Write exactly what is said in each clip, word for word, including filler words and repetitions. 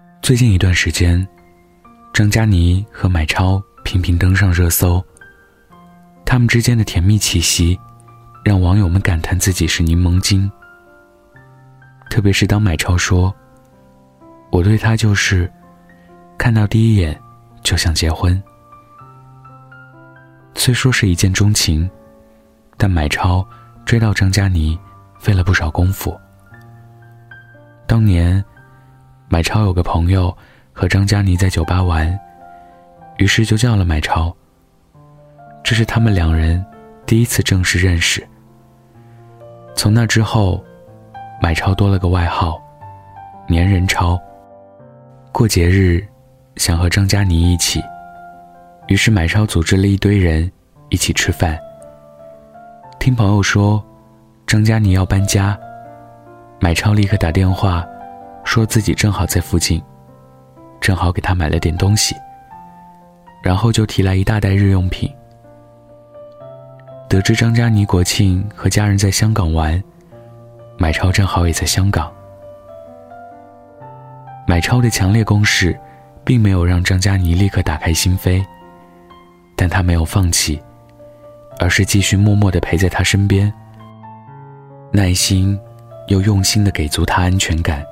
最近一段时间，张嘉倪和买超频频登上热搜，他们之间的甜蜜气息让网友们感叹自己是柠檬精。特别是当买超说，我对他就是看到第一眼就想结婚。虽说是一见钟情，但买超追到张嘉倪费了不少功夫。当年买超有个朋友和张嘉倪在酒吧玩，于是就叫了买超。这是他们两人第一次正式认识。从那之后，买超多了个外号粘人超。过节日想和张嘉倪一起，于是买超组织了一堆人一起吃饭。听朋友说张嘉倪要搬家，买超立刻打电话说自己正好在附近，正好给他买了点东西，然后就提来一大袋日用品。得知张嘉倪国庆和家人在香港玩，买超正好也在香港。买超的强烈攻势并没有让张嘉倪立刻打开心扉，但他没有放弃，而是继续默默地陪在他身边，耐心又用心地给足他安全感。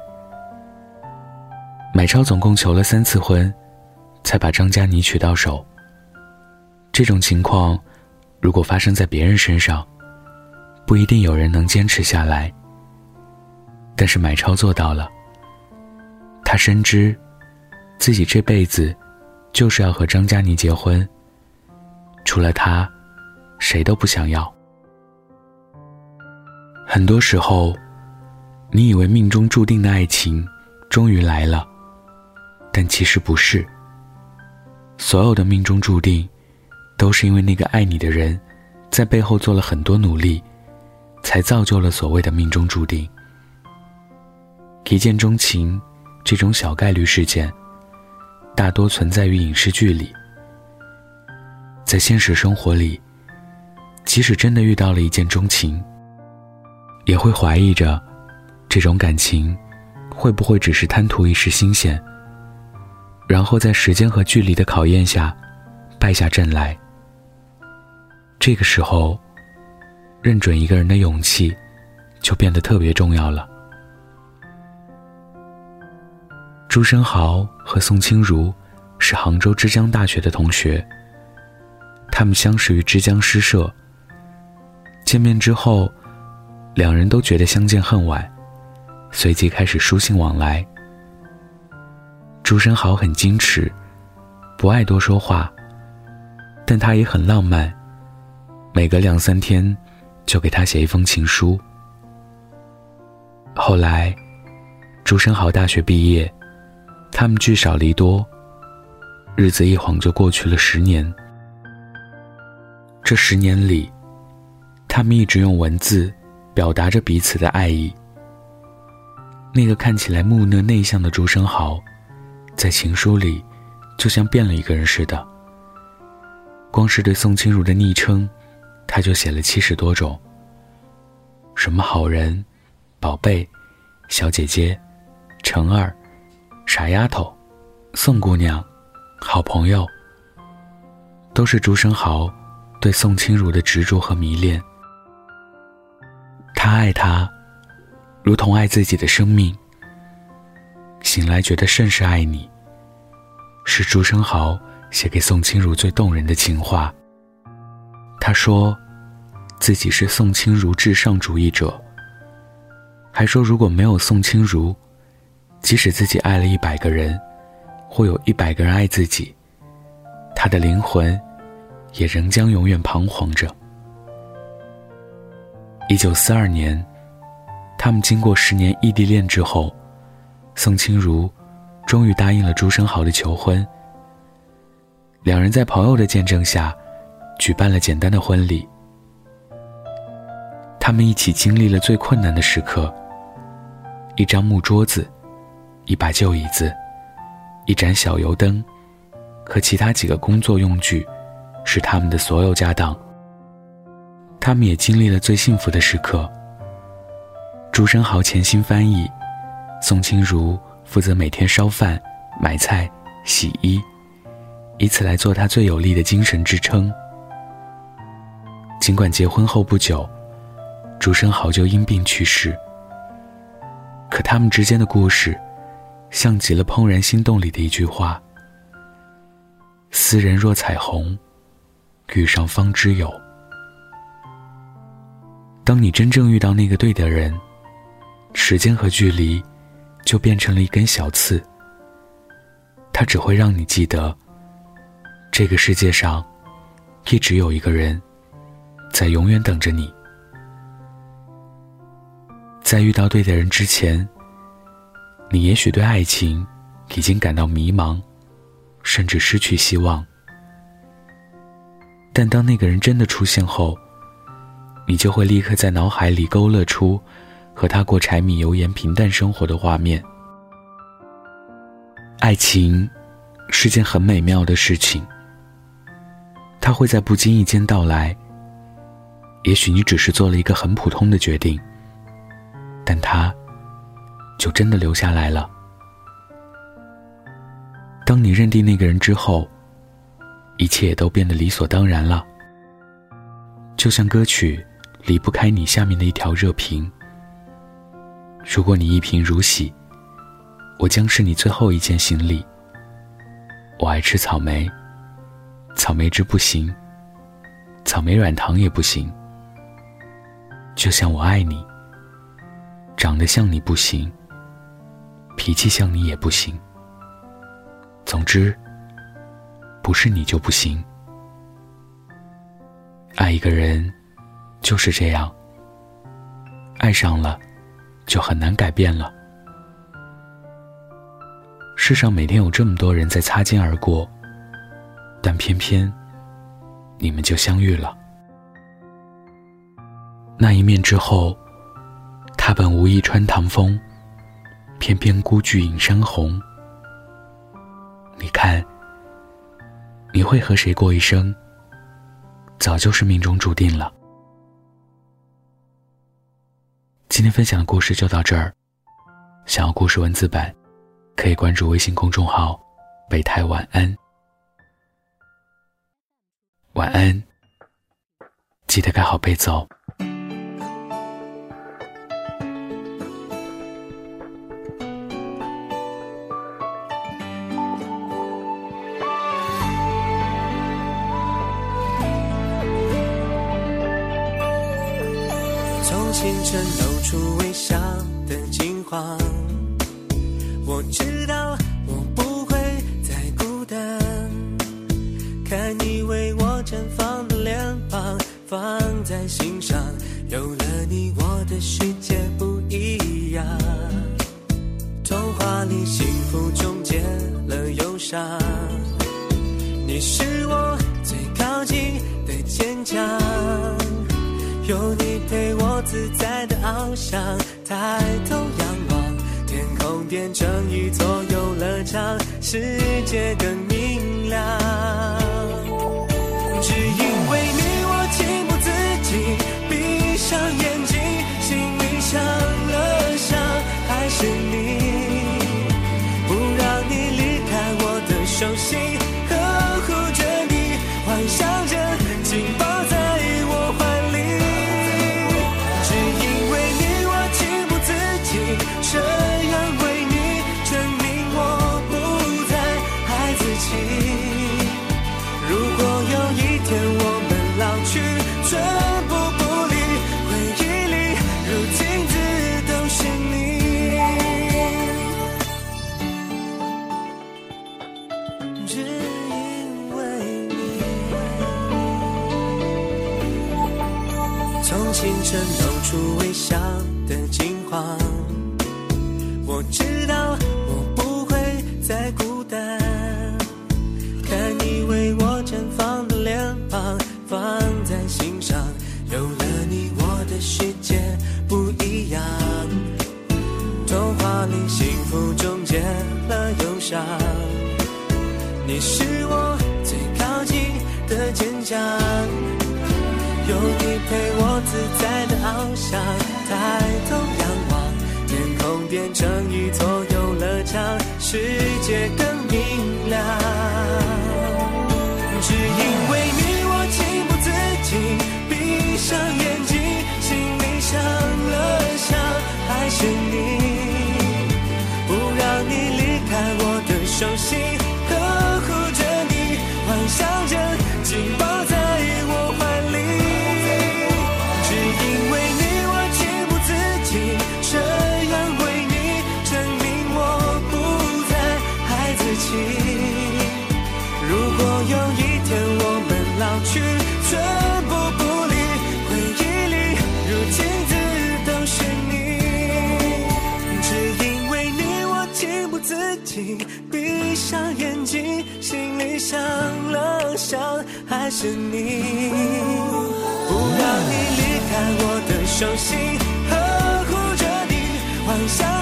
买超总共求了三次婚，才把张嘉倪娶到手。这种情况如果发生在别人身上，不一定有人能坚持下来，但是买超做到了。他深知自己这辈子就是要和张嘉倪结婚，除了他谁都不想要。很多时候你以为命中注定的爱情终于来了，但其实不是。所有的命中注定都是因为那个爱你的人在背后做了很多努力，才造就了所谓的命中注定。一见钟情这种小概率事件大多存在于影视剧里，在现实生活里，即使真的遇到了一见钟情，也会怀疑着这种感情会不会只是贪图一时新鲜，然后在时间和距离的考验下败下阵来。这个时候认准一个人的勇气就变得特别重要了。朱生豪和宋清如是杭州之江大学的同学，他们相识于之江诗社。见面之后，两人都觉得相见恨晚，随即开始书信往来。朱生豪很矜持，不爱多说话，但他也很浪漫，每隔两三天就给他写一封情书。后来朱生豪大学毕业，他们聚少离多，日子一晃就过去了十年。这十年里，他们一直用文字表达着彼此的爱意。那个看起来木讷内向的朱生豪，在情书里就像变了一个人似的。光是对宋清如的昵称，他就写了七十多种，什么好人、宝贝、小姐姐、橙儿、傻丫头、宋姑娘、好朋友，都是朱生豪对宋清如的执着和迷恋。他爱她如同爱自己的生命，醒来觉得甚是爱你，是朱生豪写给宋清如最动人的情话。他说自己是宋清如至上主义者，还说如果没有宋清如，即使自己爱了一百个人，会有一百个人爱自己，他的灵魂也仍将永远彷徨着。一九四二年，他们经过十年异地恋之后，宋清如终于答应了朱生豪的求婚。两人在朋友的见证下举办了简单的婚礼。他们一起经历了最困难的时刻，一张木桌子，一把旧椅子，一盏小油灯和其他几个工作用具是他们的所有家当。他们也经历了最幸福的时刻，朱生豪潜心翻译，宋清如负责每天烧饭、买菜、洗衣，以此来做他最有力的精神支撑。尽管结婚后不久，朱生豪就因病去世，可他们之间的故事像极了《怦然心动》里的一句话：斯人若彩虹，遇上方知有。当你真正遇到那个对的人，时间和距离就变成了一根小刺，它只会让你记得，这个世界上一直有一个人在永远等着你。在遇到对的人之前，你也许对爱情已经感到迷茫，甚至失去希望。但当那个人真的出现后，你就会立刻在脑海里勾勒出和他过柴米油盐平淡生活的画面。爱情是件很美妙的事情，它会在不经意间到来。也许你只是做了一个很普通的决定，但它就真的留下来了。当你认定那个人之后，一切也都变得理所当然了。就像歌曲离不开你下面的一条热评：如果你一贫如洗，我将是你最后一件行李。我爱吃草莓，草莓汁不行，草莓软糖也不行。就像我爱你，长得像你不行，脾气像你也不行。总之，不是你就不行。爱一个人就是这样，爱上了就很难改变了。世上每天有这么多人在擦肩而过，但偏偏你们就相遇了。那一面之后，他本无意穿堂风，偏偏孤具映山红。你看，你会和谁过一生，早就是命中注定了。今天分享的故事就到这儿，想要故事文字版，可以关注微信公众号北太晚安。晚安，记得盖好被子哦。 从清晨露出微笑的金黄，我知道我不会再孤单。看你为我绽放的脸庞，放在心上，有了你我的世界不一样。童话里幸福终结了忧伤，你是我最靠近的坚强，有你陪我自在的翱翔，抬头仰望，天空变成一座游乐场，世界更明亮。只因为你，我情不自禁闭上眼睛，心里伤了伤，还是你不让你离开我的手心，呵护着你，幻想着紧抱在我怀里。这样为你证明我不再爱自己。如果有一天我们老去，寸步不离，回忆里如镜子都是你。只因为你，从清晨露出微笑的金黄，我知道我不会再孤单。看你为我绽放的脸庞，放在心上，有了你我的世界不一样。童话里幸福终结了忧伤，你是我最靠近的坚强，有你陪我自在的翱翔，抬头仰望，天空变成一座游乐场， 手心，呵护着你，幻想着紧抱在我怀里。只因为你，我情不自禁这样为你证明我不再孩子气。如果有一天我们老去，寸步不离，回忆里如镜子都是你。只因为你，我情不自禁闭上眼睛，心里想了想，还是你。不让你离开我的手心，呵护着你，幻想